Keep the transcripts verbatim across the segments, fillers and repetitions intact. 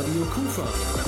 Radio Kufa.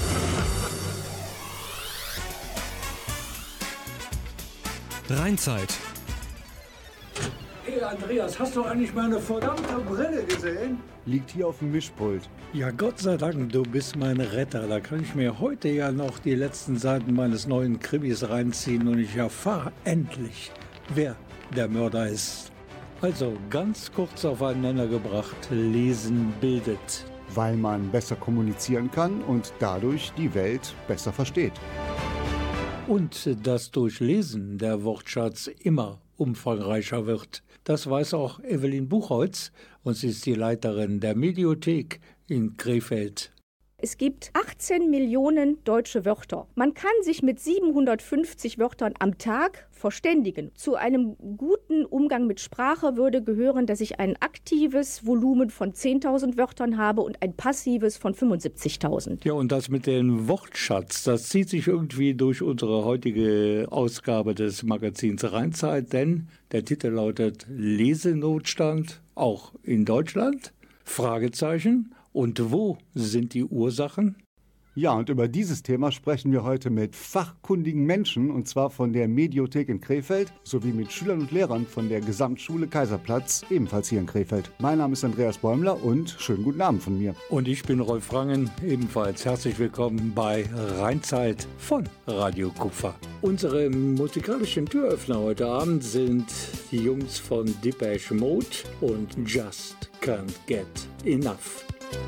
Rheinzeit. Hey Andreas, hast du eigentlich meine verdammte Brille gesehen? Liegt hier auf dem Mischpult. Ja, Gott sei Dank, du bist mein Retter. Da kann ich mir heute ja noch die letzten Seiten meines neuen Krimis reinziehen und ich erfahre endlich, wer der Mörder ist. Also ganz kurz aufeinander gebracht, Lesen bildet. Weil man besser kommunizieren kann und dadurch die Welt besser versteht. Und dass durch Lesen der Wortschatz immer umfangreicher wird. Das weiß auch Evelyn Buchholz und sie ist die Leiterin der Mediothek in Krefeld. Es gibt achtzehn Millionen deutsche Wörter. Man kann sich mit siebenhundertfünfzig Wörtern am Tag verständigen. Zu einem guten Umgang mit Sprache würde gehören, dass ich ein aktives Volumen von zehntausend Wörtern habe und ein passives von fünfundsiebzigtausend. Ja, und das mit dem Wortschatz, das zieht sich irgendwie durch unsere heutige Ausgabe des Magazins Rheinzeit, denn der Titel lautet Lesenotstand, auch in Deutschland? Fragezeichen. Und wo sind die Ursachen? Ja, und über dieses Thema sprechen wir heute mit fachkundigen Menschen, und zwar von der Mediothek in Krefeld, sowie mit Schülern und Lehrern von der Gesamtschule Kaiserplatz, ebenfalls hier in Krefeld. Mein Name ist Andreas Bäumler und schönen guten Abend von mir. Und ich bin Rolf Rangen, ebenfalls herzlich willkommen bei Rheinzeit von Radio Kupfer. Unsere musikalischen Türöffner heute Abend sind die Jungs von Depeche Mode und Just Can't Get Enough.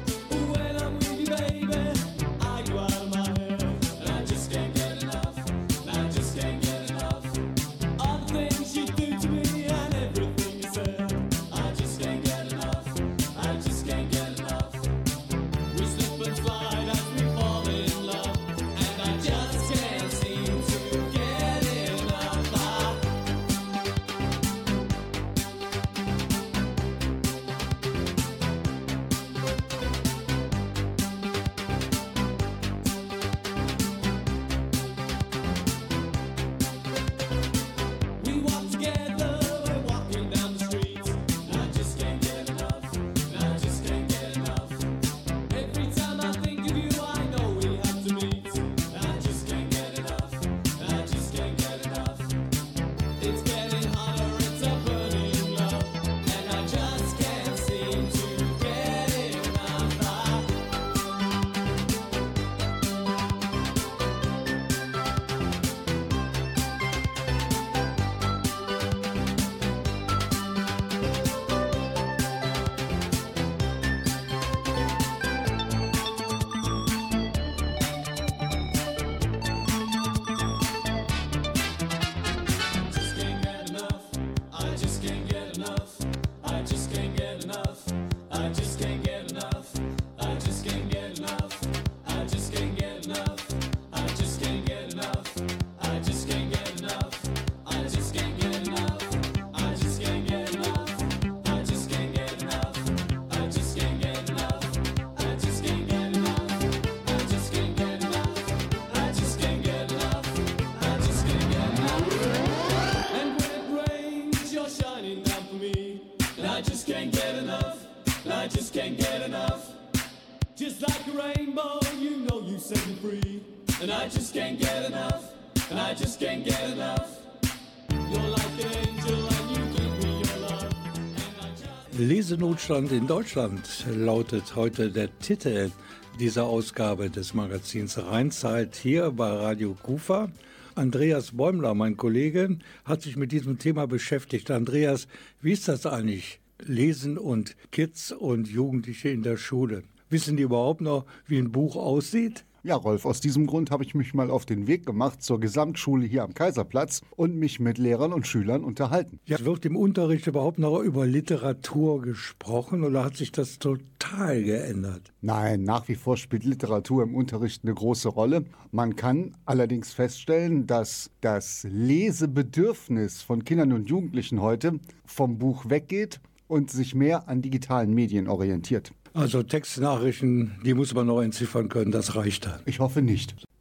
Lesenotstand in Deutschland lautet heute der Titel dieser Ausgabe des Magazins Rheinzeit hier bei Radio Kufa. Andreas Bäumler, mein Kollege, hat sich mit diesem Thema beschäftigt. Andreas, wie ist das eigentlich? Lesen und Kids und Jugendliche in der Schule. Wissen die überhaupt noch, wie ein Buch aussieht? Ja, Rolf, aus diesem Grund habe ich mich mal auf den Weg gemacht zur Gesamtschule hier am Kaiserplatz und mich mit Lehrern und Schülern unterhalten. Ja, wird im Unterricht überhaupt noch über Literatur gesprochen oder hat sich das total geändert? Nein, nach wie vor spielt Literatur im Unterricht eine große Rolle. Man kann allerdings feststellen, dass das Lesebedürfnis von Kindern und Jugendlichen heute vom Buch weggeht und sich mehr an digitalen Medien orientiert. Also Textnachrichten, die muss man noch entziffern können, das reicht dann. Ich hoffe nicht.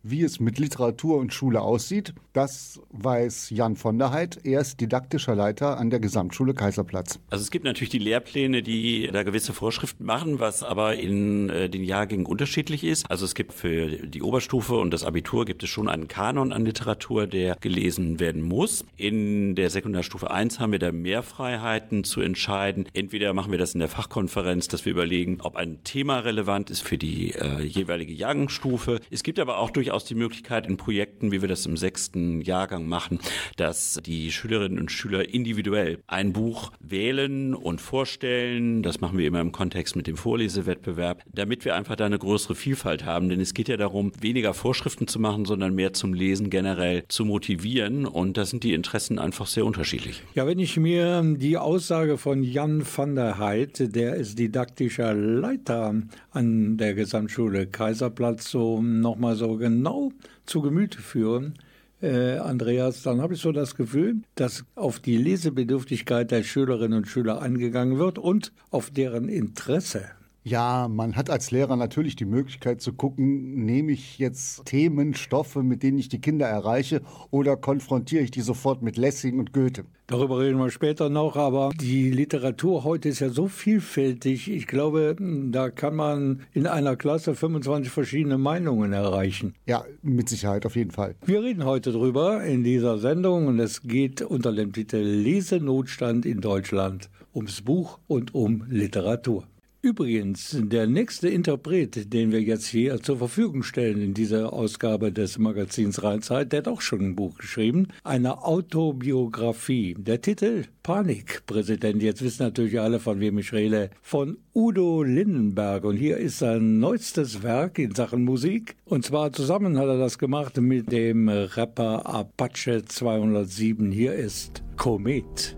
wie es mit Literatur und Schule aussieht. Das weiß Jan von der Heid. Er ist didaktischer Leiter an der Gesamtschule Kaiserplatz. Also es gibt natürlich die Lehrpläne, die da gewisse Vorschriften machen, was aber in äh, den Jahrgängen unterschiedlich ist. Also es gibt für die Oberstufe und das Abitur gibt es schon einen Kanon an Literatur, der gelesen werden muss. In der Sekundarstufe eins haben wir da mehr Freiheiten zu entscheiden. Entweder machen wir das in der Fachkonferenz, dass wir überlegen, ob ein Thema relevant ist für die äh, jeweilige Jahrgangsstufe. Es gibt aber auch durchaus die Möglichkeit in Projekten, wie wir das im sechsten Jahrgang machen, dass die Schülerinnen und Schüler individuell ein Buch wählen und vorstellen. Das machen wir immer im Kontext mit dem Vorlesewettbewerb, damit wir einfach da eine größere Vielfalt haben. Denn es geht ja darum, weniger Vorschriften zu machen, sondern mehr zum Lesen generell zu motivieren. Und da sind die Interessen einfach sehr unterschiedlich. Ja, wenn ich mir die Aussage von Jan van der Heid, der ist didaktischer Leiter an der Gesamtschule Kaiserplatz, so nochmal so genau zu Gemüte führen, äh, Andreas, dann habe ich so das Gefühl, dass auf die Lesebedürftigkeit der Schülerinnen und Schüler eingegangen wird und auf deren Interesse. Ja, man hat als Lehrer natürlich die Möglichkeit zu gucken, nehme ich jetzt Themen, Stoffe, mit denen ich die Kinder erreiche, oder konfrontiere ich die sofort mit Lessing und Goethe? Darüber reden wir später noch, aber die Literatur heute ist ja so vielfältig. Ich glaube, da kann man in einer Klasse fünfundzwanzig verschiedene Meinungen erreichen. Ja, mit Sicherheit, auf jeden Fall. Wir reden heute drüber in dieser Sendung und es geht unter dem Titel Lesenotstand in Deutschland ums Buch und um Literatur. Übrigens, der nächste Interpret, den wir jetzt hier zur Verfügung stellen in dieser Ausgabe des Magazins Rheinzeit, der hat auch schon ein Buch geschrieben, eine Autobiografie. Der Titel Panik, Präsident. Jetzt wissen natürlich alle, von wem ich rede, von Udo Lindenberg. Und hier ist sein neuestes Werk in Sachen Musik. Und zwar zusammen hat er das gemacht mit dem Rapper Apache zweihundertsieben. Hier ist Komet.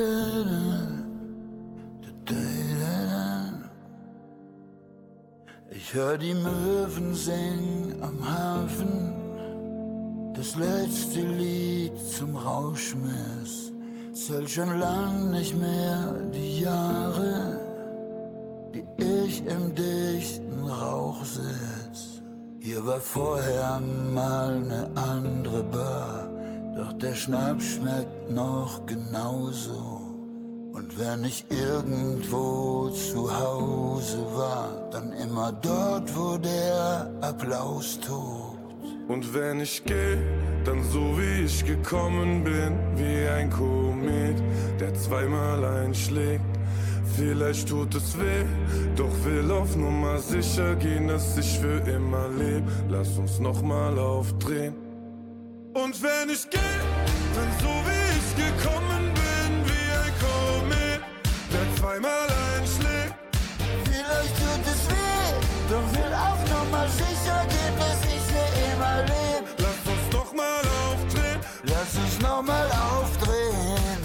Ich hör die Möwen singen am Hafen, das letzte Lied zum Rauschmiss. Zählt schon lang nicht mehr die Jahre, die ich im dichten Rauch sitz. Hier war vorher mal ne andere Bar, doch der Schnaps schmeckt noch genauso. Und wenn ich irgendwo zu Hause war, dann immer dort, wo der Applaus tobt. Und wenn ich geh, dann so wie ich gekommen bin, wie ein Komet, der zweimal einschlägt. Vielleicht tut es weh, doch will auf Nummer sicher gehen, dass ich für immer leb. Lass uns nochmal aufdrehen. Und wenn ich geh, dann so wie ich gekommen bin, wie ein Komet, der zweimal einschlägt. Vielleicht tut es weh, doch will auf Nummer sicher gehen, dass ich für immer leb. Lass uns nochmal aufdrehen. Lass uns nochmal aufdrehen.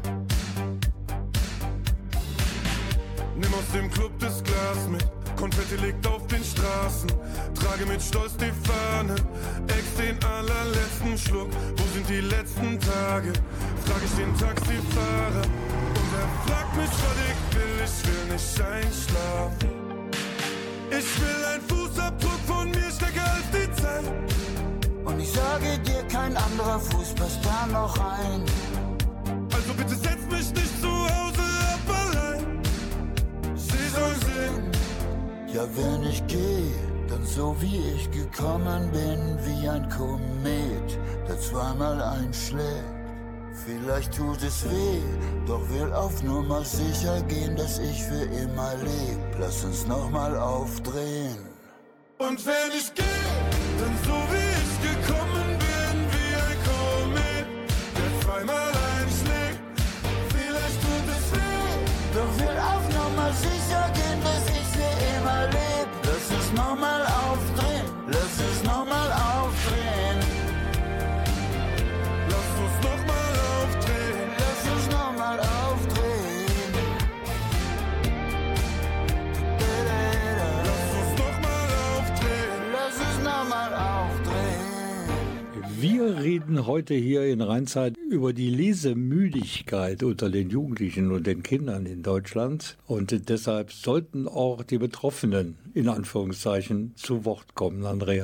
Nimm aus dem Club das Glas mit, Konfetti liegt auf den Straßen. Trage mit Stolz die Fahne, ex den allerletzten Schluck. Wo sind die letzten Tage? Frag ich den Taxifahrer und er fragt mich, was ich will. Ich will nicht einschlafen. Ich will ein Fußabdruck von mir stärker als die Zeit. Und ich sage dir, kein anderer Fuß passt da noch rein. Also bitte setz mich nicht zu Hause ab allein. Sie soll sehen. Ja, wenn ich geh, dann so wie ich gekommen bin, wie ein Komet, der zweimal einschlägt. Vielleicht tut es weh, doch will auf Nummer sicher gehen, dass ich für immer leb. Lass uns nochmal aufdrehen. Und wenn ich geh, dann so wie ich gekommen bin, wie ein Komet, der zweimal einschlägt. Vielleicht tut es weh, doch will auf Nummer sicher gehen, dass ich für immer leb. Lass uns nochmal aufdrehen, lass uns nochmal aufdrehen. Lass uns nochmal aufdrehen. Lass uns nochmal aufdrehen. Lass uns nochmal aufdrehen. Lass uns nochmal aufdrehen. Wir reden heute hier in Rheinzeit über die Lesemüdigkeit unter den Jugendlichen und den Kindern in Deutschland. Und deshalb sollten auch die Betroffenen, in Anführungszeichen, zu Wort kommen, Andreas.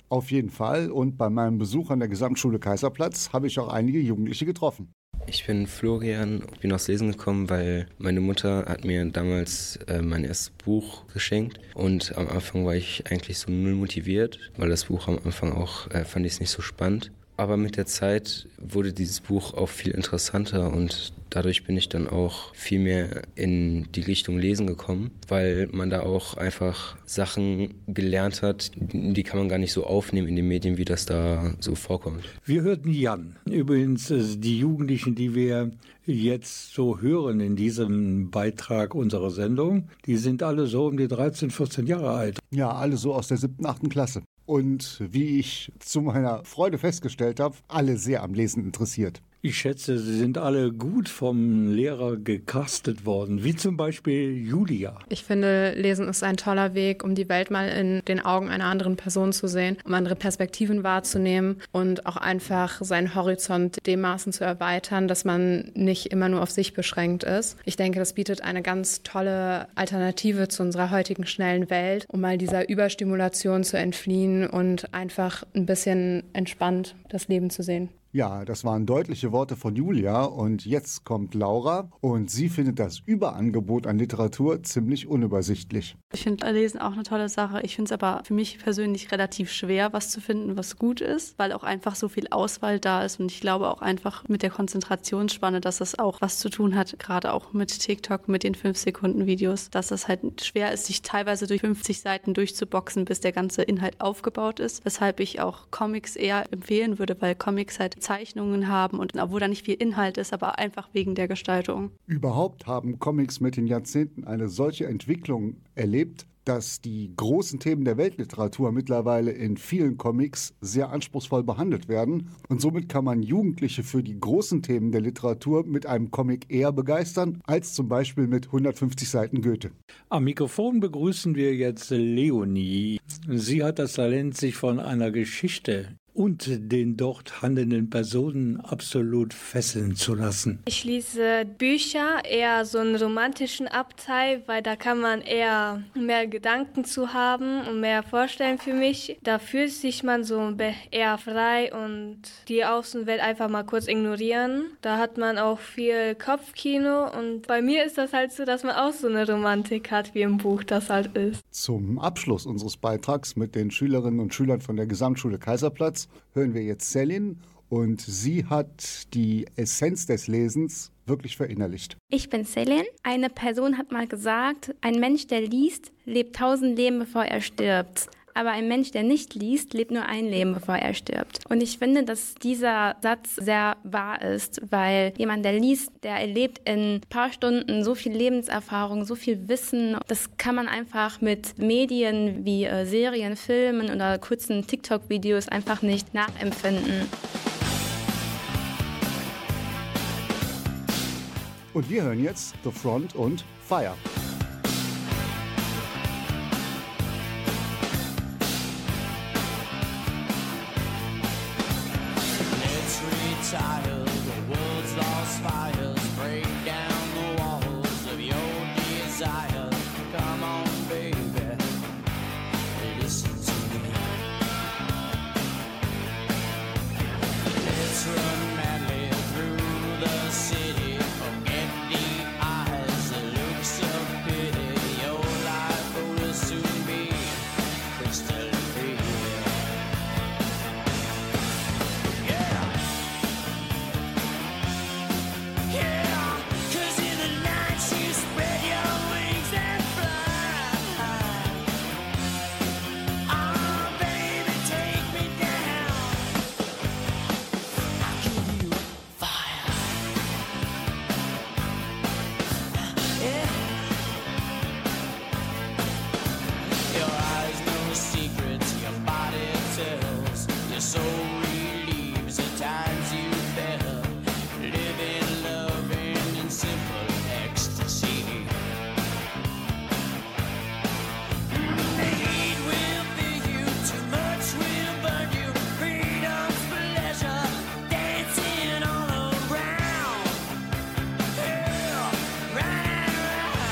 Auf jeden Fall. Und bei meinem Besuch an der Gesamtschule Kaiserplatz habe ich auch einige Jugendliche getroffen. Ich bin Florian, ich bin aufs Lesen gekommen, weil meine Mutter hat mir damals äh, mein erstes Buch geschenkt und am Anfang war ich eigentlich so null motiviert, weil das Buch am Anfang auch, äh, fand ich es nicht so spannend. Aber mit der Zeit wurde dieses Buch auch viel interessanter und dadurch bin ich dann auch viel mehr in die Richtung Lesen gekommen, weil man da auch einfach Sachen gelernt hat, die kann man gar nicht so aufnehmen in den Medien, wie das da so vorkommt. Wir hörten Jan. Übrigens, die Jugendlichen, die wir jetzt so hören in diesem Beitrag unserer Sendung, die sind alle so um die dreizehn, vierzehn Jahre alt. Ja, alle so aus der siebten, achten Klasse. Und wie ich zu meiner Freude festgestellt habe, alle sehr am Lesen interessiert. Ich schätze, sie sind alle gut vom Lehrer gecastet worden, wie zum Beispiel Julia. Ich finde, Lesen ist ein toller Weg, um die Welt mal in den Augen einer anderen Person zu sehen, um andere Perspektiven wahrzunehmen und auch einfach seinen Horizont dermaßen zu erweitern, dass man nicht immer nur auf sich beschränkt ist. Ich denke, das bietet eine ganz tolle Alternative zu unserer heutigen schnellen Welt, um mal dieser Überstimulation zu entfliehen und einfach ein bisschen entspannt das Leben zu sehen. Ja, das waren deutliche Worte von Julia und jetzt kommt Laura und sie findet das Überangebot an Literatur ziemlich unübersichtlich. Ich finde Lesen auch eine tolle Sache. Ich finde es aber für mich persönlich relativ schwer, was zu finden, was gut ist, weil auch einfach so viel Auswahl da ist und ich glaube auch einfach mit der Konzentrationsspanne, dass das auch was zu tun hat, gerade auch mit TikTok, mit den fünf Sekunden Videos, dass es halt schwer ist, sich teilweise durch fünfzig Seiten durchzuboxen, bis der ganze Inhalt aufgebaut ist, weshalb ich auch Comics eher empfehlen würde, weil Comics halt Zeichnungen haben und obwohl da nicht viel Inhalt ist, aber einfach wegen der Gestaltung. Überhaupt haben Comics mit den Jahrzehnten eine solche Entwicklung erlebt, dass die großen Themen der Weltliteratur mittlerweile in vielen Comics sehr anspruchsvoll behandelt werden. Und somit kann man Jugendliche für die großen Themen der Literatur mit einem Comic eher begeistern, als zum Beispiel mit hundertfünfzig Seiten Goethe. Am Mikrofon begrüßen wir jetzt Leonie. Sie hat das Talent, sich von einer Geschichte und den dort handelnden Personen absolut fesseln zu lassen. Ich lese Bücher, eher so einen romantischen Abteil, weil da kann man eher mehr Gedanken zu haben und mehr vorstellen für mich. Da fühlt sich man so eher frei und die Außenwelt einfach mal kurz ignorieren. Da hat man auch viel Kopfkino und bei mir ist das halt so, dass man auch so eine Romantik hat, wie im Buch das halt ist. Zum Abschluss unseres Beitrags mit den Schülerinnen und Schülern von der Gesamtschule Kaiserplatz hören wir jetzt Selin und sie hat die Essenz des Lesens wirklich verinnerlicht. Ich bin Selin. Eine Person hat mal gesagt, ein Mensch, der liest, lebt tausend Leben, bevor er stirbt. Aber ein Mensch, der nicht liest, lebt nur ein Leben, bevor er stirbt. Und ich finde, dass dieser Satz sehr wahr ist, weil jemand, der liest, der erlebt in ein paar Stunden so viel Lebenserfahrung, so viel Wissen. Das kann man einfach mit Medien wie äh, Serien, Filmen oder kurzen TikTok-Videos einfach nicht nachempfinden. Und wir hören jetzt The Front und Fire. Tired, the world's lost fires break down the walls of your desire. Come on, baby, listen to me. Let's run madly through the city, forget the eyes that look so pity. Your life will soon be crystal clear. Right, right.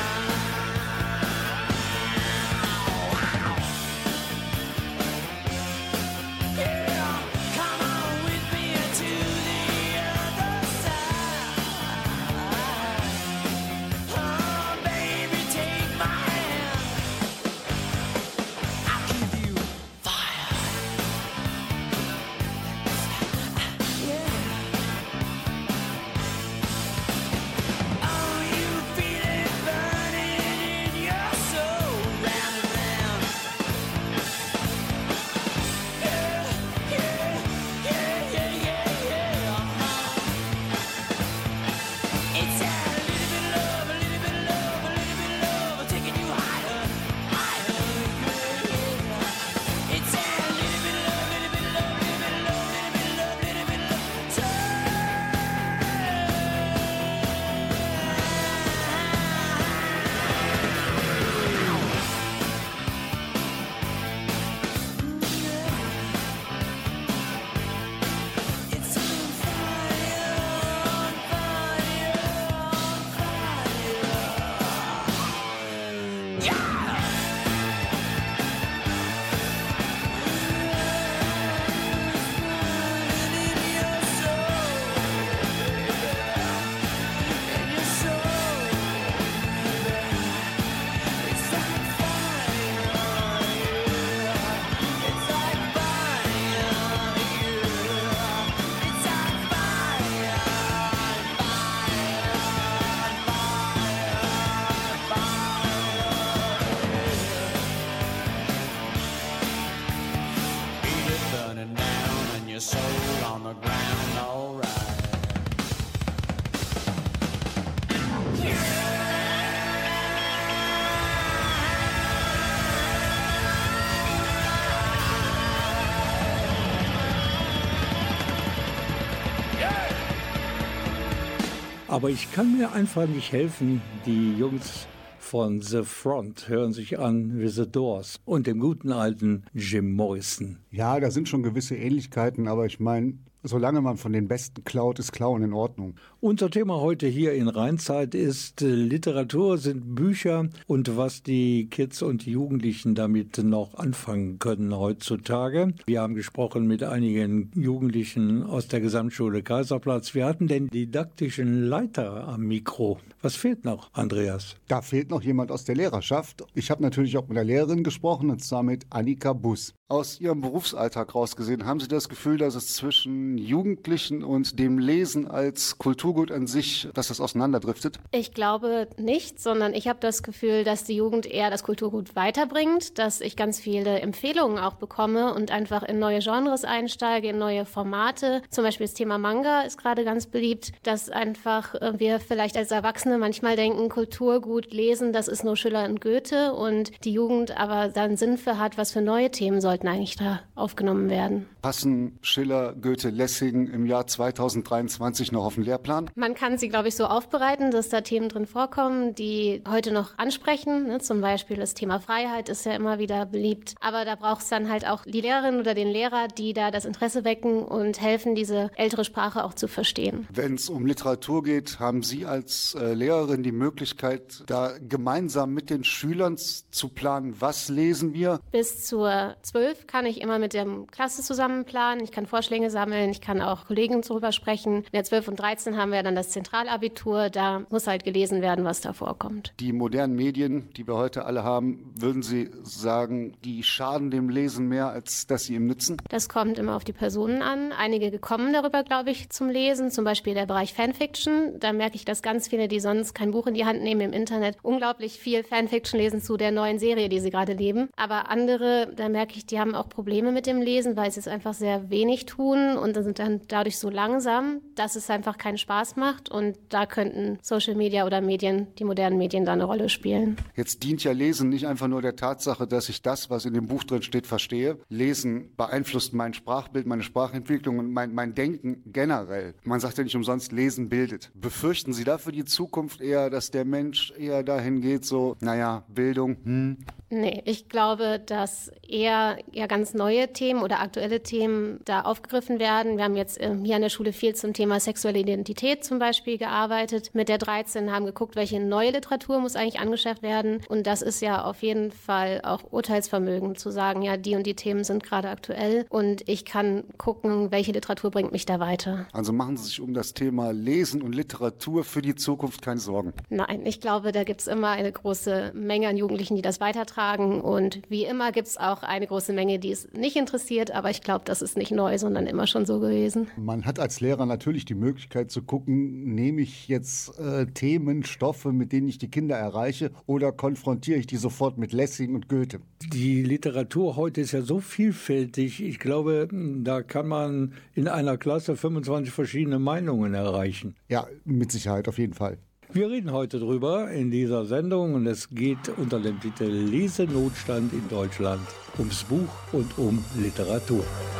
Aber ich kann mir einfach nicht helfen, die Jungs von The Front hören sich an wie The Doors und dem guten alten Jim Morrison. Ja, da sind schon gewisse Ähnlichkeiten, aber ich meine, solange man von den Besten klaut, ist Klauen in Ordnung. Unser Thema heute hier in Rheinzeit ist äh, Literatur, sind Bücher und was die Kids und die Jugendlichen damit noch anfangen können heutzutage. Wir haben gesprochen mit einigen Jugendlichen aus der Gesamtschule Kaiserplatz. Wir hatten den didaktischen Leiter am Mikro. Was fehlt noch, Andreas? Da fehlt noch jemand aus der Lehrerschaft. Ich habe natürlich auch mit der Lehrerin gesprochen, und zwar mit Annika Buss. Aus Ihrem Berufsalltag rausgesehen, haben Sie das Gefühl, dass es zwischen Jugendlichen und dem Lesen als Kulturgut an sich, dass das auseinanderdriftet? Ich glaube nicht, sondern ich habe das Gefühl, dass die Jugend eher das Kulturgut weiterbringt, dass ich ganz viele Empfehlungen auch bekomme und einfach in neue Genres einsteige, in neue Formate. Zum Beispiel das Thema Manga ist gerade ganz beliebt, dass einfach wir vielleicht als Erwachsene manchmal denken, Kulturgut, Lesen, das ist nur Schiller und Goethe und die Jugend aber dann Sinn für hat, was für neue Themen sollten eigentlich da aufgenommen werden. Passen Schiller, Goethe, Lessing im Jahr zweitausenddreiundzwanzig noch auf den Lehrplan? Man kann sie, glaube ich, so aufbereiten, dass da Themen drin vorkommen, die heute noch ansprechen. Ne? Zum Beispiel das Thema Freiheit ist ja immer wieder beliebt. Aber da braucht es dann halt auch die Lehrerin oder den Lehrer, die da das Interesse wecken und helfen, diese ältere Sprache auch zu verstehen. Wenn es um Literatur geht, haben Sie als äh, Lehrerin die Möglichkeit, da gemeinsam mit den Schülern zu planen, was lesen wir? Bis zur zwölf kann ich immer mit der Klasse zusammen planen. Ich kann Vorschläge sammeln, ich kann auch Kollegen darüber sprechen. In der zwölf und dreizehn haben wir dann das Zentralabitur. Da muss halt gelesen werden, was da vorkommt. Die modernen Medien, die wir heute alle haben, würden Sie sagen, die schaden dem Lesen mehr, als dass sie ihm nützen? Das kommt immer auf die Personen an. Einige kommen darüber, glaube ich, zum Lesen. Zum Beispiel der Bereich Fanfiction. Da merke ich, dass ganz viele, die sonst kein Buch in die Hand nehmen im Internet, unglaublich viel Fanfiction lesen zu der neuen Serie, die sie gerade leben. Aber andere, da merke ich, die haben auch Probleme mit dem Lesen, weil sie es einfach sehr wenig tun und sind dann dadurch so langsam, dass es einfach keinen Spaß macht. Und da könnten Social Media oder Medien, die modernen Medien, da eine Rolle spielen. Jetzt dient ja Lesen nicht einfach nur der Tatsache, dass ich das, was in dem Buch drin steht, verstehe. Lesen beeinflusst mein Sprachbild, meine Sprachentwicklung und mein, mein Denken generell. Man sagt ja nicht umsonst, Lesen bildet. Befürchten Sie da für die Zukunft eher, dass der Mensch eher dahin geht, so, naja, Bildung, hm? Nee, ich glaube, dass eher ja ganz neue Themen oder aktuelle Themen da aufgegriffen werden. Wir haben jetzt äh, hier an der Schule viel zum Thema sexuelle Identität zum Beispiel gearbeitet. Mit der dreizehn haben geguckt, welche neue Literatur muss eigentlich angeschafft werden. Und das ist ja auf jeden Fall auch Urteilsvermögen, zu sagen, ja, die und die Themen sind gerade aktuell und ich kann gucken, welche Literatur bringt mich da weiter. Also machen Sie sich um das Thema Lesen und Literatur für die Zukunft keine Sorgen? Nein, ich glaube, da gibt es immer eine große Menge an Jugendlichen, die das weitertragen. Und wie immer gibt es auch eine große Menge, die es nicht interessiert. Aber ich glaube, das ist nicht neu, sondern immer schon so gewesen. Man hat als Lehrer natürlich die Möglichkeit zu gucken, nehme ich jetzt äh, Themen, Stoffe, mit denen ich die Kinder erreiche, oder konfrontiere ich die sofort mit Lessing und Goethe? Die Literatur heute ist ja so vielfältig. Ich glaube, da kann man in einer Klasse fünfundzwanzig verschiedene Meinungen erreichen. Ja, mit Sicherheit, auf jeden Fall. Wir reden heute drüber in dieser Sendung und es geht unter dem Titel Lesenotstand in Deutschland ums Buch und um Literatur.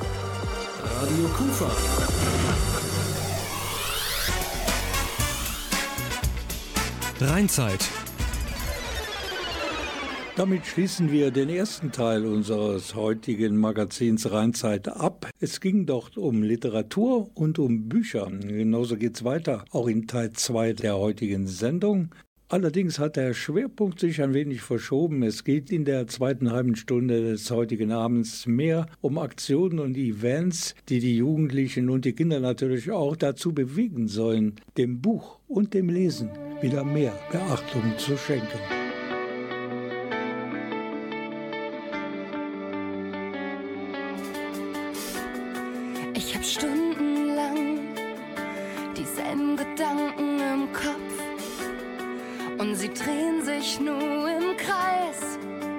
Radio Kufa. Rheinzeit. Damit schließen wir den ersten Teil unseres heutigen Magazins Rheinzeit ab. Es ging dort um Literatur und um Bücher. Genauso geht's weiter, auch in Teil zwei der heutigen Sendung. Allerdings hat der Schwerpunkt sich ein wenig verschoben. Es geht in der zweiten halben Stunde des heutigen Abends mehr um Aktionen und Events, die die Jugendlichen und die Kinder natürlich auch dazu bewegen sollen, dem Buch und dem Lesen wieder mehr Beachtung zu schenken. Ich hab stundenlang dieselben Gedanken im Kopf und sie drehen sich nur im Kreis.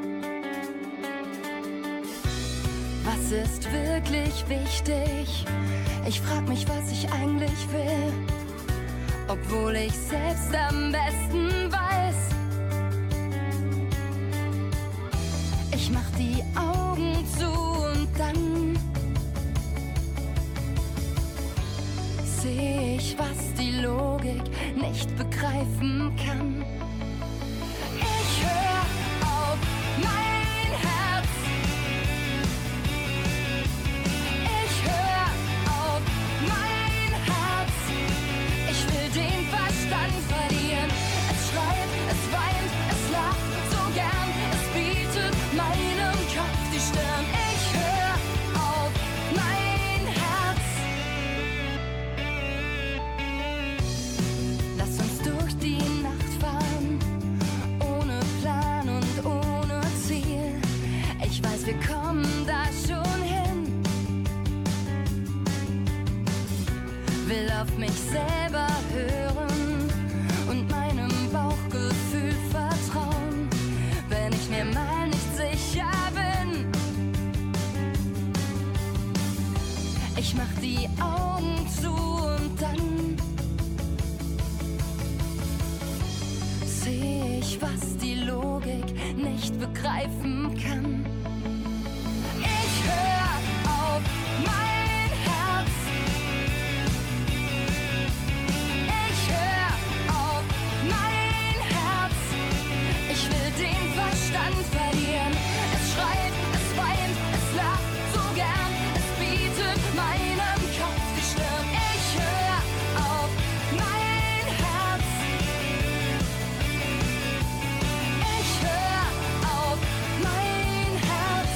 Was ist wirklich wichtig? Ich frag mich, was ich eigentlich will, obwohl ich selbst am besten weiß. Ich mach die Augen zu und dann seh ich, was die Logik nicht begreifen kann. Ich hör auf mein Herz. Ich hör auf mein Herz. Ich will den Verstand verlieren. Es schreit, es weint, es lacht so gern. Es bietet meinem Kopf die Stirn. Ich hör auf mein Herz. Lass uns durch die Nacht fahren, ohne Plan und ohne Ziel. Ich weiß, wir kommen da schon hin. Will auf mich selber hören und meinem Bauchgefühl vertrauen, wenn ich mir mal nicht sicher bin. Ich mach die Augen zu und dann seh ich, was die Logik nicht begreifen kann. Ich hör auf mein Herz. Ich hör auf mein Herz. Ich will den Verstand verlieren. Es schreit, es weint, es lacht so gern. Es bietet meinem Kopf die Stirn. Ich hör auf mein Herz. Ich hör auf mein Herz.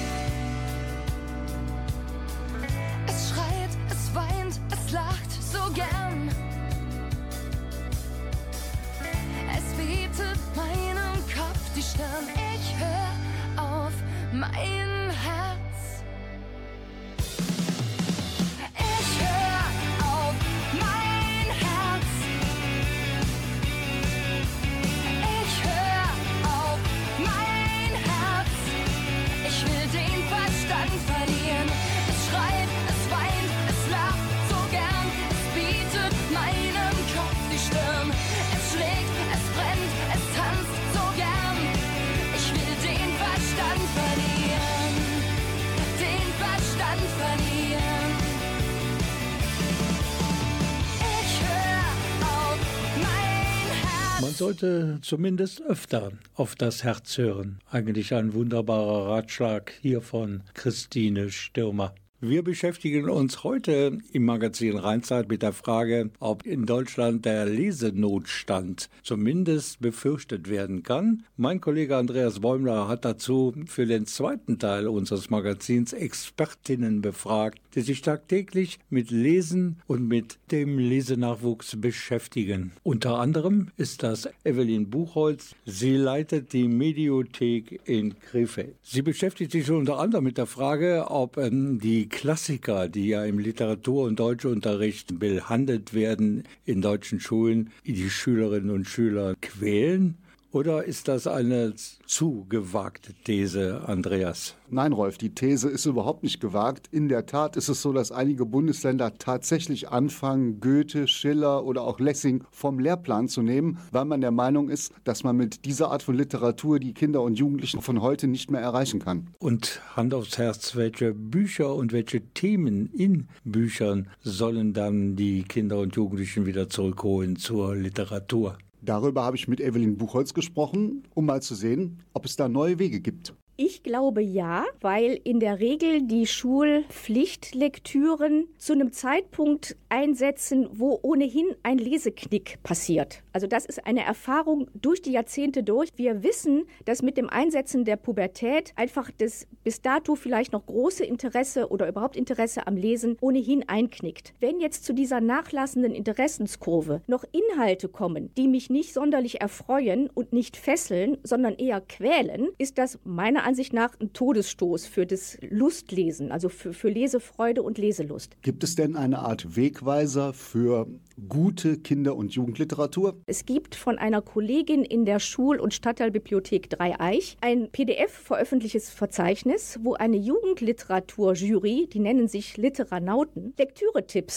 Es schreit, es weint, es lacht so gern. Es bietet meinem Kopf die Stirn. Ich hör auf mein Herz. Ich hör auf mein Herz. Ich hör auf mein Herz. Ich will den Verstand verlieren. Es schreit, es weint, es lacht so gern. Es bietet meinem Kopf die Stirn. Es schlägt, es brennt, es tanzt so gern. Ich will den Verstand verlieren. Den Verstand verlieren. Ich hör auf mein Herz. Man sollte zumindest öfter auf das Herz hören. Eigentlich ein wunderbarer Ratschlag hier von Christine Stürmer. Wir beschäftigen uns heute im Magazin Rheinzeit mit der Frage, ob in Deutschland der Lesenotstand zumindest befürchtet werden kann. Mein Kollege Andreas Bäumler hat dazu für den zweiten Teil unseres Magazins Expertinnen befragt, die sich tagtäglich mit Lesen und mit dem Lesenachwuchs beschäftigen. Unter anderem ist das Evelyn Buchholz. Sie leitet die Mediothek in Krefeld. Sie beschäftigt sich unter anderem mit der Frage, ob ähm, die Klassiker, die ja im Literatur- und Deutschunterricht behandelt werden in deutschen Schulen, die Schülerinnen und Schüler quälen? Oder ist das eine zu gewagte These, Andreas? Nein, Rolf, die These ist überhaupt nicht gewagt. In der Tat ist es so, dass einige Bundesländer tatsächlich anfangen, Goethe, Schiller oder auch Lessing vom Lehrplan zu nehmen, weil man der Meinung ist, dass man mit dieser Art von Literatur die Kinder und Jugendlichen von heute nicht mehr erreichen kann. Und Hand aufs Herz, welche Bücher und welche Themen in Büchern sollen dann die Kinder und Jugendlichen wieder zurückholen zur Literatur? Darüber habe ich mit Evelyn Buchholz gesprochen, um mal zu sehen, ob es da neue Wege gibt. Ich glaube ja, weil in der Regel die Schulpflichtlektüren zu einem Zeitpunkt einsetzen, wo ohnehin ein Leseknick passiert. Also das ist eine Erfahrung durch die Jahrzehnte durch. Wir wissen, dass mit dem Einsetzen der Pubertät einfach das bis dato vielleicht noch große Interesse oder überhaupt Interesse am Lesen ohnehin einknickt. Wenn jetzt zu dieser nachlassenden Interessenskurve noch Inhalte kommen, die mich nicht sonderlich erfreuen und nicht fesseln, sondern eher quälen, ist das meiner Ansicht nach ein Todesstoß für das Lustlesen, also für, für Lesefreude und Leselust. Gibt es denn eine Art Wegweiser für gute Kinder- und Jugendliteratur? Es gibt von einer Kollegin in der Schul- und Stadtteilbibliothek Dreieich ein P D F-veröffentlichtes Verzeichnis, wo eine Jugendliteraturjury, die nennen sich Literanauten, Lektüretipps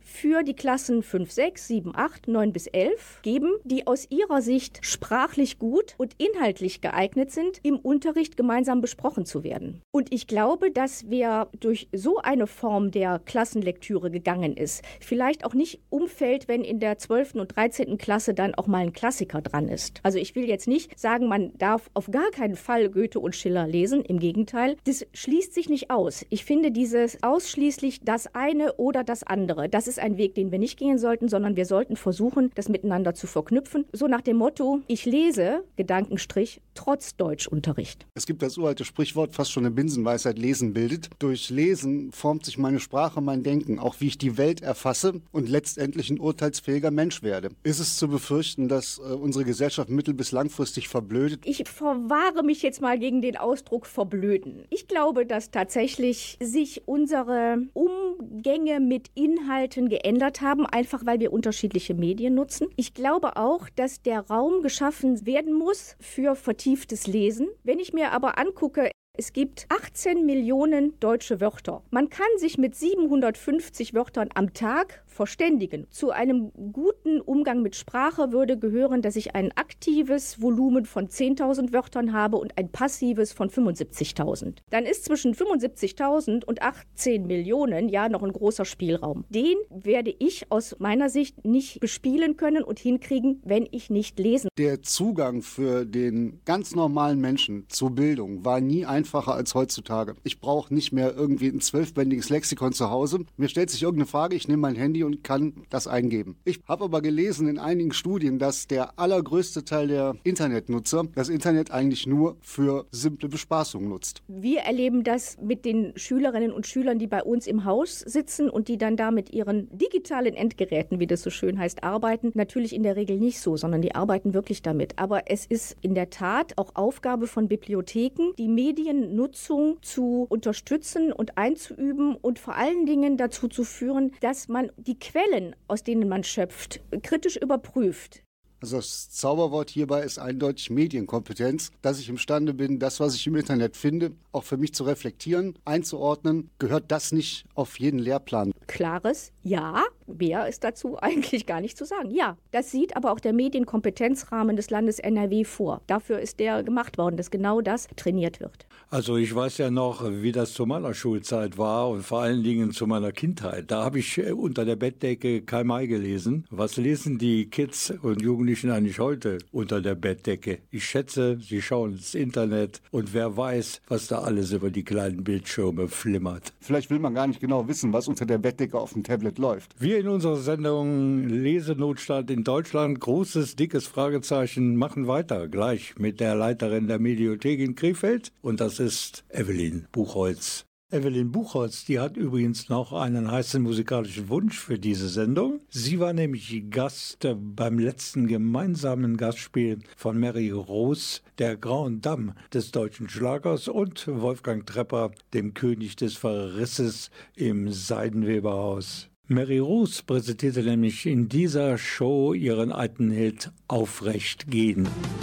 für die Klassen fünf, sechs, sieben, acht, neun bis elf geben, die aus ihrer Sicht sprachlich gut und inhaltlich geeignet sind, im Unterricht gemeinsam besprochen zu werden. Und ich glaube, dass wer durch so eine Form der Klassenlektüre gegangen ist, vielleicht auch nicht umfällt, wenn in der zwölften und dreizehnten Klasse dann auch mal ein Klassiker dran ist. Also ich will jetzt nicht sagen, man darf auf gar keinen Fall Goethe und Schiller lesen. Im Gegenteil, das schließt sich nicht aus. Ich finde dieses ausschließlich das eine oder das andere. Das ist ein Weg, den wir nicht gehen sollten, sondern wir sollten versuchen, das miteinander zu verknüpfen. So nach dem Motto, ich lese, Gedankenstrich, trotz Deutschunterricht. Es gibt das uralte Sprichwort, fast schon eine Binsenweisheit, Lesen bildet. Durch Lesen formt sich meine Sprache, mein Denken, auch wie ich die Welt erfasse und letztendlich ein urteilsfähiger Mensch werde. Ist es zu befürchten, dass äh, unsere Gesellschaft mittel- bis langfristig verblödet? Ich verwahre mich jetzt mal gegen den Ausdruck verblöden. Ich glaube, dass tatsächlich sich unsere Umgänge mit Inhalten geändert haben, einfach weil wir unterschiedliche Medien nutzen. Ich glaube auch, dass der Raum geschaffen werden muss für vertieftes Lesen. Wenn ich mir aber angucke, es gibt achtzehn Millionen deutsche Wörter. Man kann sich mit siebenhundertfünfzig Wörtern am Tag verständigen. Zu einem guten Umgang mit Sprache würde gehören, dass ich ein aktives Volumen von zehntausend Wörtern habe und ein passives von fünfundsiebzigtausend. Dann ist zwischen fünfundsiebzigtausend und achtzehn Millionen ja noch ein großer Spielraum. Den werde ich aus meiner Sicht nicht bespielen können und hinkriegen, wenn ich nicht lesen. Der Zugang für den ganz normalen Menschen zur Bildung war nie einfacher als heutzutage. Ich brauche nicht mehr irgendwie ein zwölfbändiges Lexikon zu Hause. Mir stellt sich irgendeine Frage, ich nehme mein Handy und kann das eingeben. Ich habe aber gelesen in einigen Studien, dass der allergrößte Teil der Internetnutzer das Internet eigentlich nur für simple Bespaßung nutzt. Wir erleben das mit den Schülerinnen und Schülern, die bei uns im Haus sitzen und die dann da mit ihren digitalen Endgeräten, wie das so schön heißt, arbeiten. Natürlich in der Regel nicht so, sondern die arbeiten wirklich damit. Aber es ist in der Tat auch Aufgabe von Bibliotheken, die Mediennutzung zu unterstützen und einzuüben und vor allen Dingen dazu zu führen, dass man die Quellen, aus denen man schöpft, kritisch überprüft. Also das Zauberwort hierbei ist eindeutig Medienkompetenz, dass ich imstande bin, das, was ich im Internet finde, auch für mich zu reflektieren, einzuordnen. Gehört das nicht auf jeden Lehrplan? Klares Ja. Mehr ist dazu eigentlich gar nicht zu sagen. Ja, das sieht aber auch der Medienkompetenzrahmen des Landes N R W vor. Dafür ist der gemacht worden, dass genau das trainiert wird. Also ich weiß ja noch, wie das zu meiner Schulzeit war und vor allen Dingen zu meiner Kindheit. Da habe ich unter der Bettdecke Karl May gelesen. Was lesen die Kids und Jugendlichen eigentlich heute unter der Bettdecke? Ich schätze, sie schauen ins Internet und wer weiß, was da alles über die kleinen Bildschirme flimmert. Vielleicht will man gar nicht genau wissen, was unter der Bettdecke auf dem Tablet läuft. Wir in unserer Sendung Lesenotstand in Deutschland, großes, dickes Fragezeichen, machen weiter gleich mit der Leiterin der Mediothek in Krefeld und das ist Evelyn Buchholz. Evelyn Buchholz, die hat übrigens noch einen heißen musikalischen Wunsch für diese Sendung. Sie war nämlich Gast beim letzten gemeinsamen Gastspiel von Mary Rose, der Grand Dame des deutschen Schlagers, und Wolfgang Trepper, dem König des Verrisses im Seidenweberhaus. Mary Rose präsentierte nämlich in dieser Show ihren alten Hit Aufrecht gehen.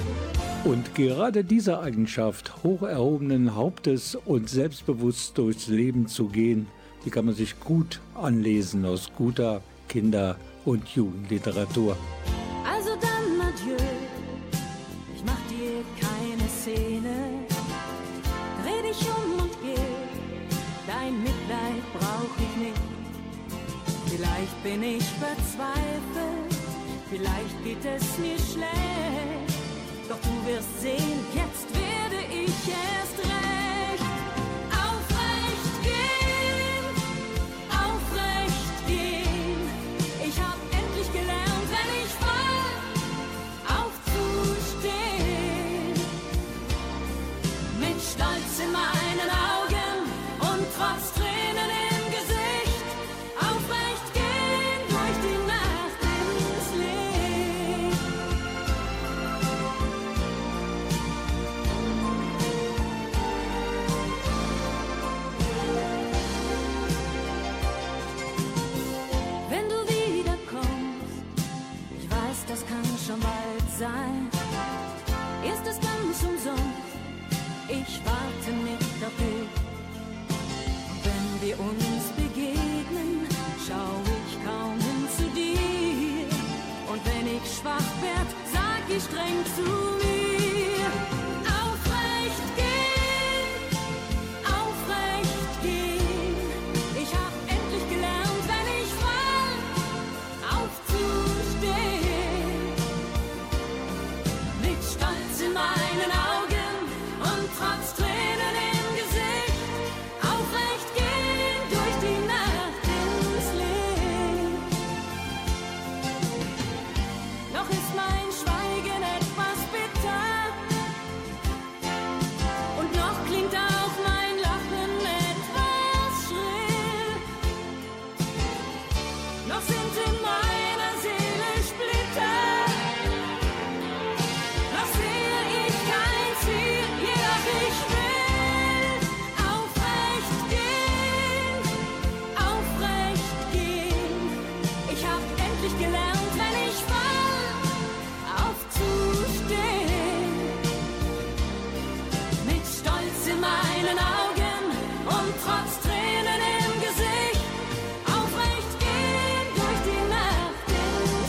Und gerade diese Eigenschaft, hoch erhobenen Hauptes und selbstbewusst durchs Leben zu gehen, die kann man sich gut anlesen aus guter Kinder- und Jugendliteratur. Also dann adieu, ich mach dir keine Szene, dreh dich um und geh, dein Mitleid brauch ich nicht. Vielleicht bin ich verzweifelt, vielleicht geht es mir schlecht, doch du wirst sehen, jetzt werde ich erst recht. Aufrecht gehen, aufrecht gehen, ich hab endlich gelernt, wenn ich fall, aufzustehen. Mit Stolz in meinen Augen und trotz Tränen im Gesicht, aufrecht gehen durch die Nacht ins Licht. Wenn du wiederkommst, ich weiß, das kann schon bald sein, ist es ganz umsonst, ich warte nicht auf dich. Und wenn wir uns begegnen, schau ich kaum sie streng zu mir. Aufrecht gehen, aufrecht gehen. Ich hab endlich gelernt, wenn ich fall, aufzustehen. Mit Stolz in meinen Augen und trotz Tränen im Gesicht. Aufrecht gehen durch die Nacht ins Licht. Noch ist mein Schweigen etwas bitter und noch klingt auch mein Lachen etwas schrill. Noch sind in meiner Seele Splitter, noch sehe ich kein Ziel, jedoch ich will aufrecht gehen, aufrecht gehen. Ich hab endlich gelernt, wenn ich fall, aufzustehen. Mit Stolz in meinen Augen und trotz Tränen im Gesicht. Aufrecht gehen durch die Nacht ins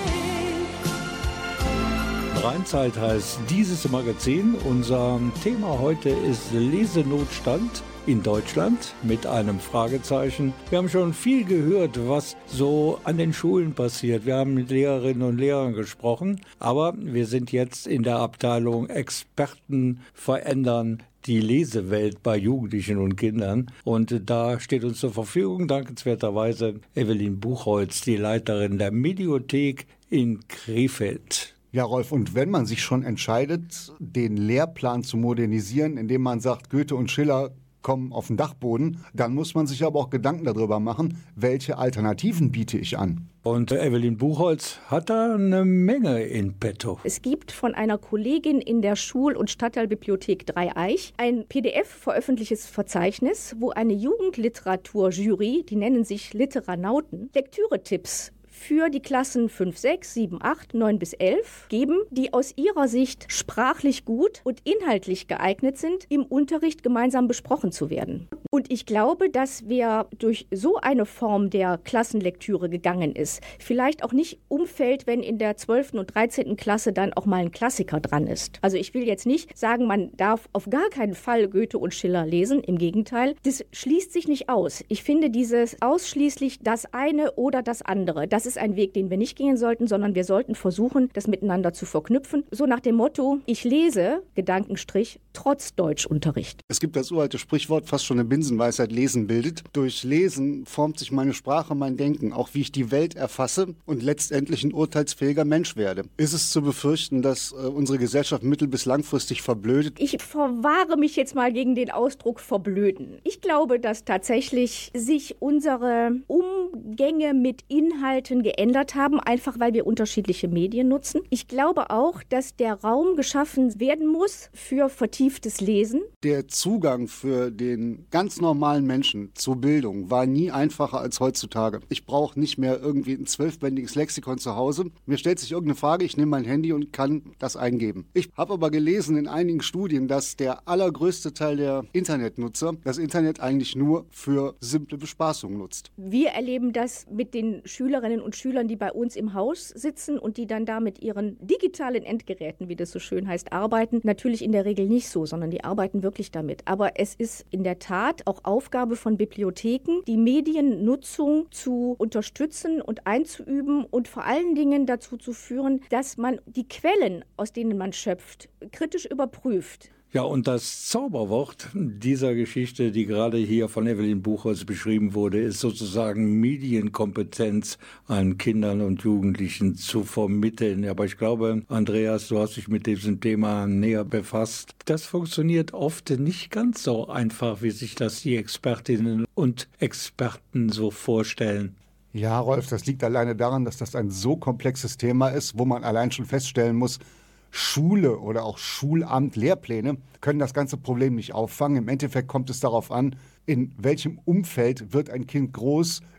Licht. Rheinzeit heißt dieses Magazin. Unser Thema heute ist Lesenotstand in Deutschland mit einem Fragezeichen. Wir haben schon viel gehört, was so an den Schulen passiert. Wir haben mit Lehrerinnen und Lehrern gesprochen, aber wir sind jetzt in der Abteilung Experten verändern die Lesewelt bei Jugendlichen und Kindern. Und da steht uns zur Verfügung dankenswerterweise Evelyn Buchholz, die Leiterin der Mediothek in Krefeld. Ja, Rolf, und wenn man sich schon entscheidet, den Lehrplan zu modernisieren, indem man sagt, Goethe und Schiller kommen auf den Dachboden, dann muss man sich aber auch Gedanken darüber machen, welche Alternativen biete ich an. Und Evelyn Buchholz hat da eine Menge in petto. Es gibt von einer Kollegin in der Schul- und Stadtteilbibliothek Dreieich ein P D F-veröffentlichtes Verzeichnis, wo eine Jugendliteraturjury, die nennen sich Literanauten, Lektüretipps für die Klassen fünf, sechs, sieben, acht, neun bis elf geben, die aus ihrer Sicht sprachlich gut und inhaltlich geeignet sind, im Unterricht gemeinsam besprochen zu werden. Und ich glaube, dass wer durch so eine Form der Klassenlektüre gegangen ist, vielleicht auch nicht umfällt, wenn in der zwölften und dreizehnten Klasse dann auch mal ein Klassiker dran ist. Also ich will jetzt nicht sagen, man darf auf gar keinen Fall Goethe und Schiller lesen, im Gegenteil. Das schließt sich nicht aus. Ich finde dieses ausschließlich das eine oder das andere, das ist ein Weg, den wir nicht gehen sollten, sondern wir sollten versuchen, das miteinander zu verknüpfen. So nach dem Motto, ich lese, Gedankenstrich, trotz Deutschunterricht. Es gibt das uralte Sprichwort, fast schon eine Binsenweisheit, Lesen bildet. Durch Lesen formt sich meine Sprache, mein Denken, auch wie ich die Welt erfasse und letztendlich ein urteilsfähiger Mensch werde. Ist es zu befürchten, dass äh, unsere Gesellschaft mittel- bis langfristig verblödet? Ich verwahre mich jetzt mal gegen den Ausdruck verblöden. Ich glaube, dass tatsächlich sich unsere Umgänge mit Inhalten geändert haben, einfach weil wir unterschiedliche Medien nutzen. Ich glaube auch, dass der Raum geschaffen werden muss für vertieftes Lesen. Der Zugang für den ganz normalen Menschen zur Bildung war nie einfacher als heutzutage. Ich brauche nicht mehr irgendwie ein zwölfbändiges Lexikon zu Hause. Mir stellt sich irgendeine Frage, ich nehme mein Handy und kann das eingeben. Ich habe aber gelesen in einigen Studien, dass der allergrößte Teil der Internetnutzer das Internet eigentlich nur für simple Bespaßung nutzt. Wir erleben das mit den Schülerinnen und Schülern, die bei uns im Haus sitzen und die dann da mit ihren digitalen Endgeräten, wie das so schön heißt, arbeiten. Natürlich in der Regel nicht so, sondern die arbeiten wirklich damit. Aber es ist in der Tat auch Aufgabe von Bibliotheken, die Mediennutzung zu unterstützen und einzuüben und vor allen Dingen dazu zu führen, dass man die Quellen, aus denen man schöpft, kritisch überprüft. Ja, und das Zauberwort dieser Geschichte, die gerade hier von Evelyn Buchholz beschrieben wurde, ist sozusagen Medienkompetenz an Kindern und Jugendlichen zu vermitteln. Aber ich glaube, Andreas, du hast dich mit diesem Thema näher befasst. Das funktioniert oft nicht ganz so einfach, wie sich das die Expertinnen und Experten so vorstellen. Ja, Rolf, das liegt alleine daran, dass das ein so komplexes Thema ist, wo man allein schon feststellen muss, Schule oder auch Schulamt, Lehrpläne können das ganze Problem nicht auffangen. Im Endeffekt kommt es darauf an, in welchem Umfeld wird ein Kind groß,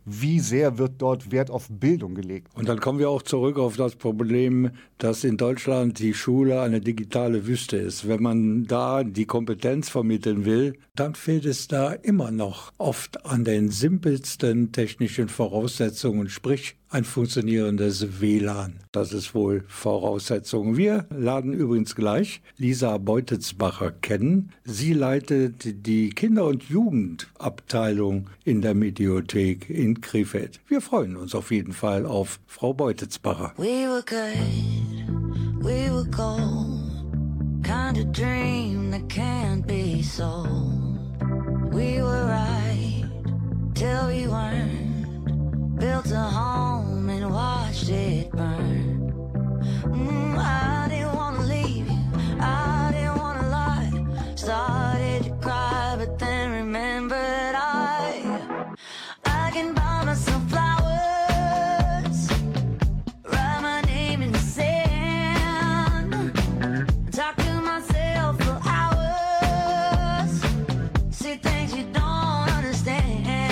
wie sehr wird dort Wert auf Bildung gelegt. Und dann kommen wir auch zurück auf das Problem, dass in Deutschland die Schule eine digitale Wüste ist. Wenn man da die Kompetenz vermitteln will, dann fehlt es da immer noch oft an den simpelsten technischen Voraussetzungen, sprich ein funktionierendes W L A N. Das ist wohl Voraussetzung. Wir laden übrigens gleich Lisa Beutelsbacher kennen. Sie leitet die Kinder- und Jugendabteilung in der Mediothek in Krefeld. Wir freuen uns auf jeden Fall auf Frau Beutelsbacher. We were good, we were gold, kind of dream that can't be sold. We were right till we weren't. Built a home and watched it burn. Mm, I didn't want to leave you, I didn't want to lie. Started to cry, but then remembered I I can buy myself flowers, write my name in the sand, talk to myself for hours, see things you don't understand.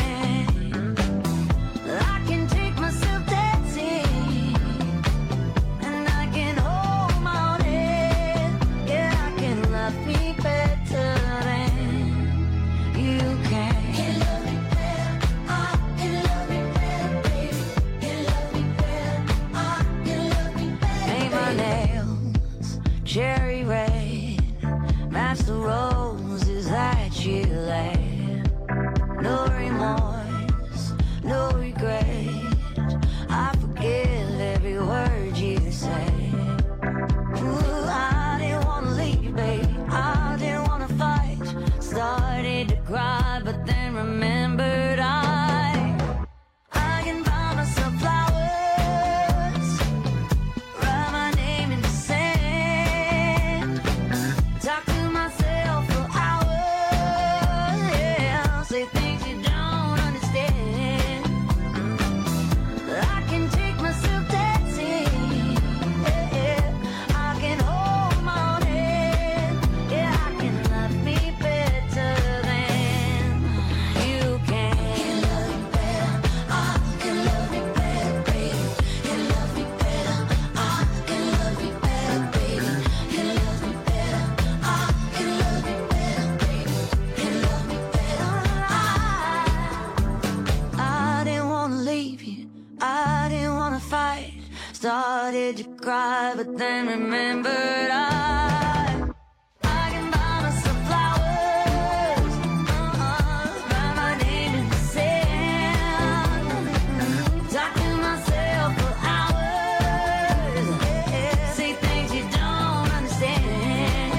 Cherry red, match the roses that you laid. No remorse, no regret, I forgive every word you say. Ooh, I didn't want to leave, babe, I didn't want to fight. Started to cry, but then remembered I I can buy myself flowers, write my name in the sand, talk to myself for hours, yeah, say things you don't understand. I can take myself dancing, yeah, I can hold my own hand, yeah, I can love me better than you can. Can love me better, I can love me better, baby. Can love me better, I can love me better, baby. Can love me better, I can love me better, baby. Can love me better, I I didn't wanna leave you, I didn't wanna fight. Started to cry, but then remembered I I can buy myself flowers, uh-huh, write my name in the sand, talk to myself for hours, yeah, say things you don't understand.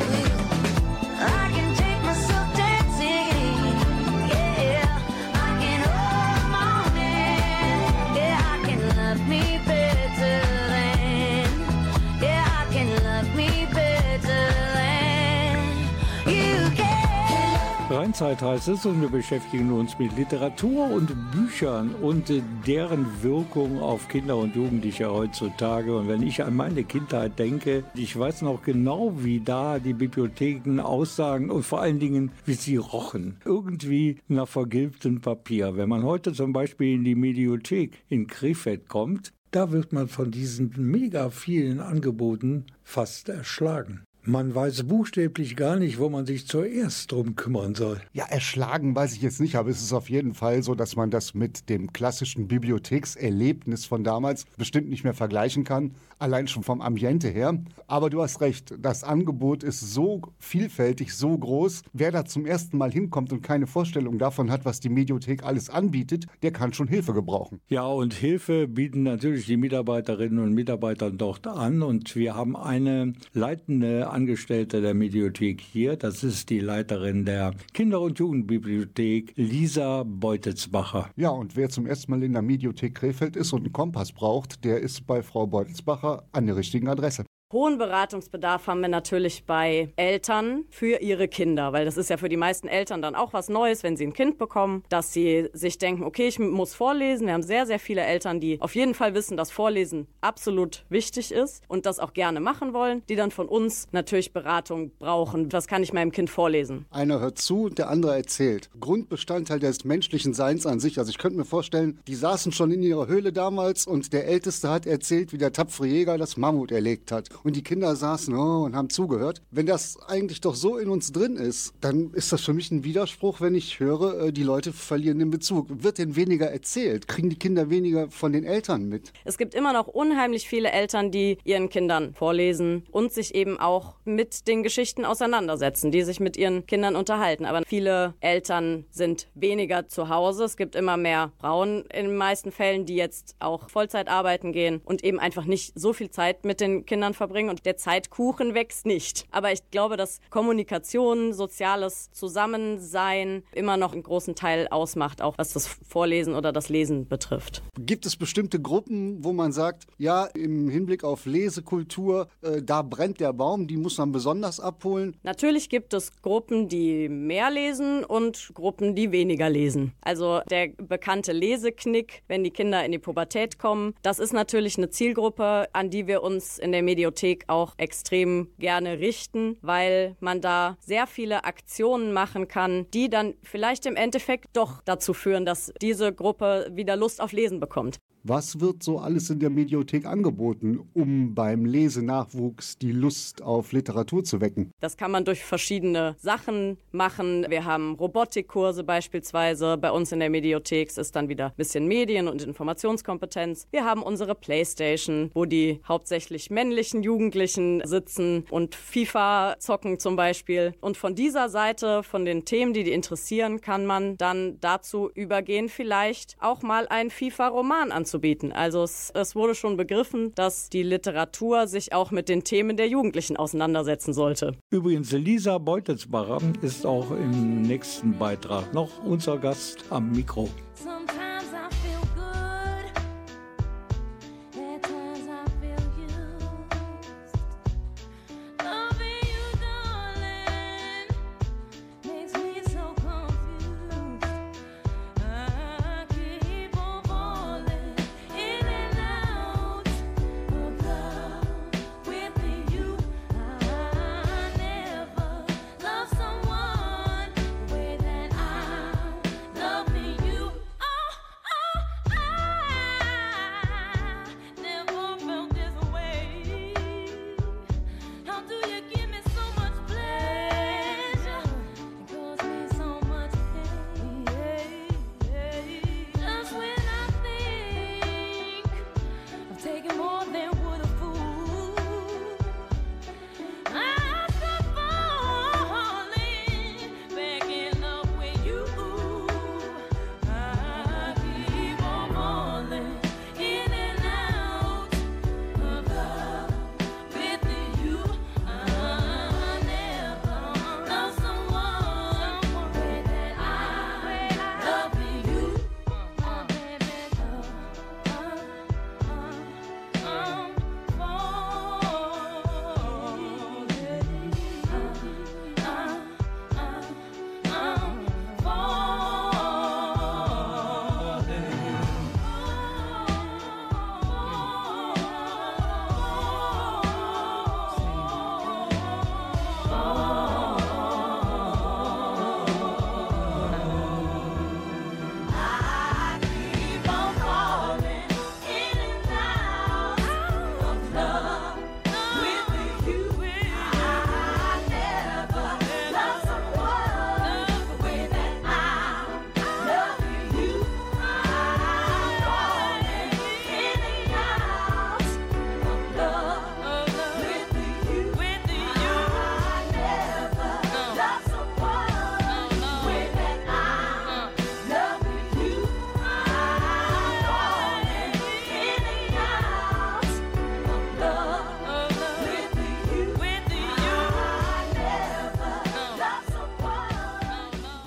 I can take myself dancing, yeah, I can hold my own hand, yeah, I can love me better than, yeah, I can love me better than you can. Rheinzeit heißt es und wir beschäftigen uns mit Literatur und Büchern und äh, deren Wirkung auf Kinder und Jugendliche heutzutage. Und wenn ich an meine Kindheit denke, ich weiß noch genau, wie da die Bibliotheken aussagen und vor allen Dingen, wie sie rochen. Irgendwie nach vergilbtem Papier. Wenn man heute zum Beispiel in die Mediothek in Krefeld kommt, da wird man von diesen mega vielen Angeboten fast erschlagen. Man weiß buchstäblich gar nicht, wo man sich zuerst drum kümmern soll. Ja, erschlagen weiß ich jetzt nicht, aber es ist auf jeden Fall so, dass man das mit dem klassischen Bibliothekserlebnis von damals bestimmt nicht mehr vergleichen kann. Allein schon vom Ambiente her. Aber du hast recht, das Angebot ist so vielfältig, so groß. Wer da zum ersten Mal hinkommt und keine Vorstellung davon hat, was die Mediothek alles anbietet, der kann schon Hilfe gebrauchen. Ja, und Hilfe bieten natürlich die Mitarbeiterinnen und Mitarbeiter dort an. Und wir haben eine leitende Angestellte der Mediothek hier. Das ist die Leiterin der Kinder- und Jugendbibliothek, Lisa Beutelsbacher. Ja, und wer zum ersten Mal in der Mediothek Krefeld ist und einen Kompass braucht, der ist bei Frau Beutelsbacher an der richtigen Adresse. Hohen Beratungsbedarf haben wir natürlich bei Eltern für ihre Kinder, weil das ist ja für die meisten Eltern dann auch was Neues, wenn sie ein Kind bekommen, dass sie sich denken, okay, ich muss vorlesen. Wir haben sehr, sehr viele Eltern, die auf jeden Fall wissen, dass Vorlesen absolut wichtig ist und das auch gerne machen wollen, die dann von uns natürlich Beratung brauchen. Was kann ich meinem Kind vorlesen? Einer hört zu und der andere erzählt. Grundbestandteil des menschlichen Seins an sich. Also ich könnte mir vorstellen, die saßen schon in ihrer Höhle damals und der Älteste hat erzählt, wie der tapfere Jäger das Mammut erlegt hat. Und die Kinder saßen oh, und haben zugehört. Wenn das eigentlich doch so in uns drin ist, dann ist das für mich ein Widerspruch, wenn ich höre, die Leute verlieren den Bezug. Wird denn weniger erzählt? Kriegen die Kinder weniger von den Eltern mit? Es gibt immer noch unheimlich viele Eltern, die ihren Kindern vorlesen und sich eben auch mit den Geschichten auseinandersetzen, die sich mit ihren Kindern unterhalten. Aber viele Eltern sind weniger zu Hause. Es gibt immer mehr Frauen in den meisten Fällen, die jetzt auch Vollzeit arbeiten gehen und eben einfach nicht so viel Zeit mit den Kindern verbringen. Und der Zeitkuchen wächst nicht. Aber ich glaube, dass Kommunikation, soziales Zusammensein immer noch einen großen Teil ausmacht, auch was das Vorlesen oder das Lesen betrifft. Gibt es bestimmte Gruppen, wo man sagt, ja, im Hinblick auf Lesekultur, äh, da brennt der Baum, die muss man besonders abholen? Natürlich gibt es Gruppen, die mehr lesen und Gruppen, die weniger lesen. Also der bekannte Leseknick, wenn die Kinder in die Pubertät kommen, das ist natürlich eine Zielgruppe, an die wir uns in der Mediothek auch extrem gerne richten, weil man da sehr viele Aktionen machen kann, die dann vielleicht im Endeffekt doch dazu führen, dass diese Gruppe wieder Lust auf Lesen bekommt. Was wird so alles in der Mediothek angeboten, um beim Lesenachwuchs die Lust auf Literatur zu wecken? Das kann man durch verschiedene Sachen machen. Wir haben Robotikkurse beispielsweise. Bei uns in der Mediothek ist dann wieder ein bisschen Medien- und Informationskompetenz. Wir haben unsere Playstation, wo die hauptsächlich männlichen Jugendlichen sitzen und FIFA zocken zum Beispiel. Und von dieser Seite, von den Themen, die die interessieren, kann man dann dazu übergehen, vielleicht auch mal einen FIFA-Roman anzubieten. Also es, es wurde schon begriffen, dass die Literatur sich auch mit den Themen der Jugendlichen auseinandersetzen sollte. Übrigens, Lisa Beutelsbacher ist auch im nächsten Beitrag noch unser Gast am Mikro. Ah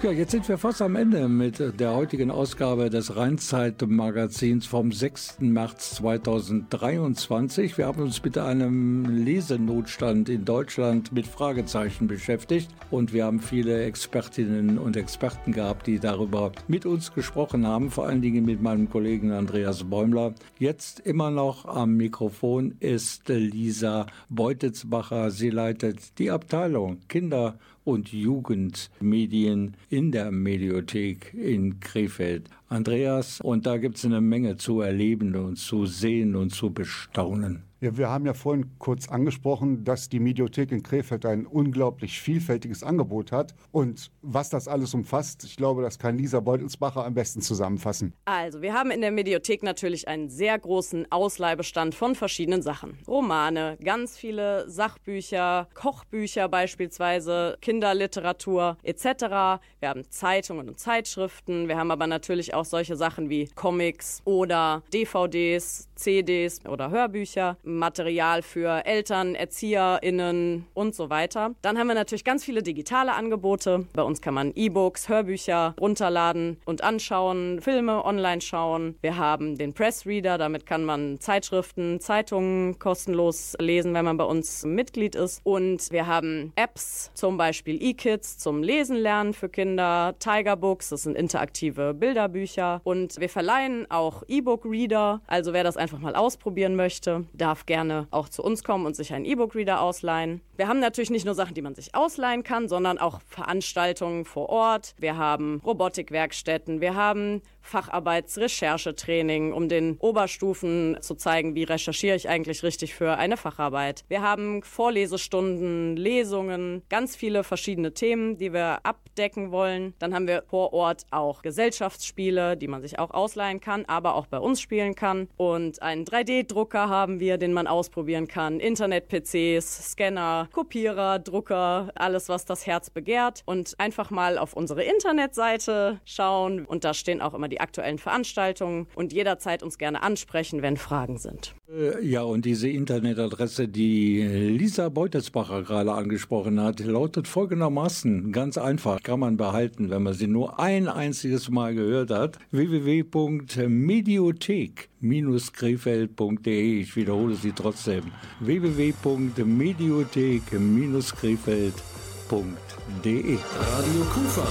Ja, jetzt sind wir fast am Ende mit der heutigen Ausgabe des Rheinzeit-Magazins vom sechsten März zweitausenddreiundzwanzig. Wir haben uns mit einem Lesenotstand in Deutschland mit Fragezeichen beschäftigt und wir haben viele Expertinnen und Experten gehabt, die darüber mit uns gesprochen haben, vor allen Dingen mit meinem Kollegen Andreas Bäumler. Jetzt immer noch am Mikrofon ist Lisa Beutelsbacher. Sie leitet die Abteilung Kinder- und Jugendmedien in der Mediothek in Krefeld. Andreas, und da gibt es eine Menge zu erleben und zu sehen und zu bestaunen. Ja, wir haben ja vorhin kurz angesprochen, dass die Mediothek in Krefeld ein unglaublich vielfältiges Angebot hat. Und was das alles umfasst, ich glaube, das kann Lisa Beutelsbacher am besten zusammenfassen. Also, wir haben in der Mediothek natürlich einen sehr großen Ausleihbestand von verschiedenen Sachen. Romane, ganz viele Sachbücher, Kochbücher beispielsweise, Kinderliteratur et cetera. Wir haben Zeitungen und Zeitschriften. Wir haben aber natürlich auch solche Sachen wie Comics oder D V Ds, C Ds oder Hörbücher. Material für Eltern, ErzieherInnen und so weiter. Dann haben wir natürlich ganz viele digitale Angebote. Bei uns kann man E-Books, Hörbücher runterladen und anschauen, Filme online schauen. Wir haben den Pressreader, damit kann man Zeitschriften, Zeitungen kostenlos lesen, wenn man bei uns Mitglied ist. Und wir haben Apps, zum Beispiel E-Kids zum Lesen lernen für Kinder, Tiger Books, das sind interaktive Bilderbücher. Und wir verleihen auch E-Book-Reader, also wer das einfach mal ausprobieren möchte, darf gerne auch zu uns kommen und sich einen E-Book-Reader ausleihen. Wir haben natürlich nicht nur Sachen, die man sich ausleihen kann, sondern auch Veranstaltungen vor Ort. Wir haben Robotikwerkstätten, wir haben Facharbeitsrecherchetraining, um den Oberstufen zu zeigen, wie recherchiere ich eigentlich richtig für eine Facharbeit. Wir haben Vorlesestunden, Lesungen, ganz viele verschiedene Themen, die wir abdecken wollen. Dann haben wir vor Ort auch Gesellschaftsspiele, die man sich auch ausleihen kann, aber auch bei uns spielen kann. Und einen drei D Drucker haben wir, den man ausprobieren kann. Internet-P Cs, Scanner, Kopierer, Drucker, alles, was das Herz begehrt. Und einfach mal auf unsere Internetseite schauen. Und da stehen auch immer die aktuellen Veranstaltungen und jederzeit uns gerne ansprechen, wenn Fragen sind. Ja, und diese Internetadresse, die Lisa Beutelsbacher gerade angesprochen hat, lautet folgendermaßen, ganz einfach, kann man behalten, wenn man sie nur ein einziges Mal gehört hat, w w w punkt mediothek krefeld punkt d e. Ich wiederhole sie trotzdem, w w w punkt mediothek krefeld punkt d e. Radio Kufa.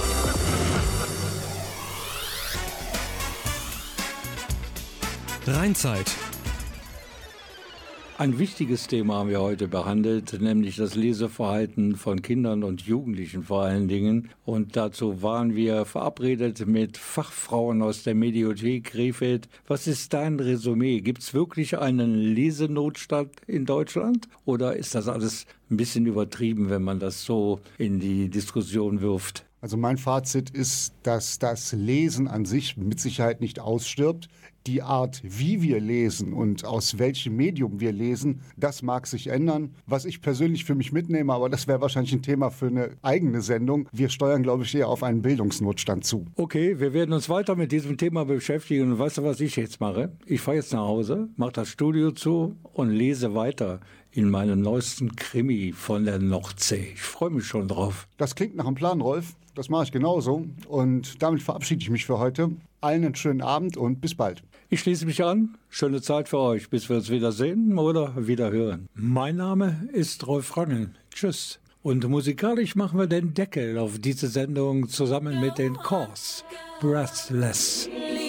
Rheinzeit. Ein wichtiges Thema haben wir heute behandelt, nämlich das Leseverhalten von Kindern und Jugendlichen vor allen Dingen. Und dazu waren wir verabredet mit Fachfrauen aus der Mediothek Krefeld. Was ist dein Resümee? Gibt es wirklich einen Lesenotstand in Deutschland? Oder ist das alles ein bisschen übertrieben, wenn man das so in die Diskussion wirft? Also mein Fazit ist, dass das Lesen an sich mit Sicherheit nicht ausstirbt. Die Art, wie wir lesen und aus welchem Medium wir lesen, das mag sich ändern. Was ich persönlich für mich mitnehme, aber das wäre wahrscheinlich ein Thema für eine eigene Sendung. Wir steuern, glaube ich, eher auf einen Bildungsnotstand zu. Okay, wir werden uns weiter mit diesem Thema beschäftigen. Und weißt du, was ich jetzt mache? Ich fahre jetzt nach Hause, mache das Studio zu und lese weiter in meinem neuesten Krimi von der Nordsee. Ich freue mich schon drauf. Das klingt nach einem Plan, Rolf. Das mache ich genauso. Und damit verabschiede ich mich für heute. Allen einen schönen Abend und bis bald. Ich schließe mich an. Schöne Zeit für euch, bis wir uns wiedersehen oder wieder hören. Mein Name ist Rolf Rangel. Tschüss. Und musikalisch machen wir den Deckel auf diese Sendung zusammen mit den Corrs. Breathless.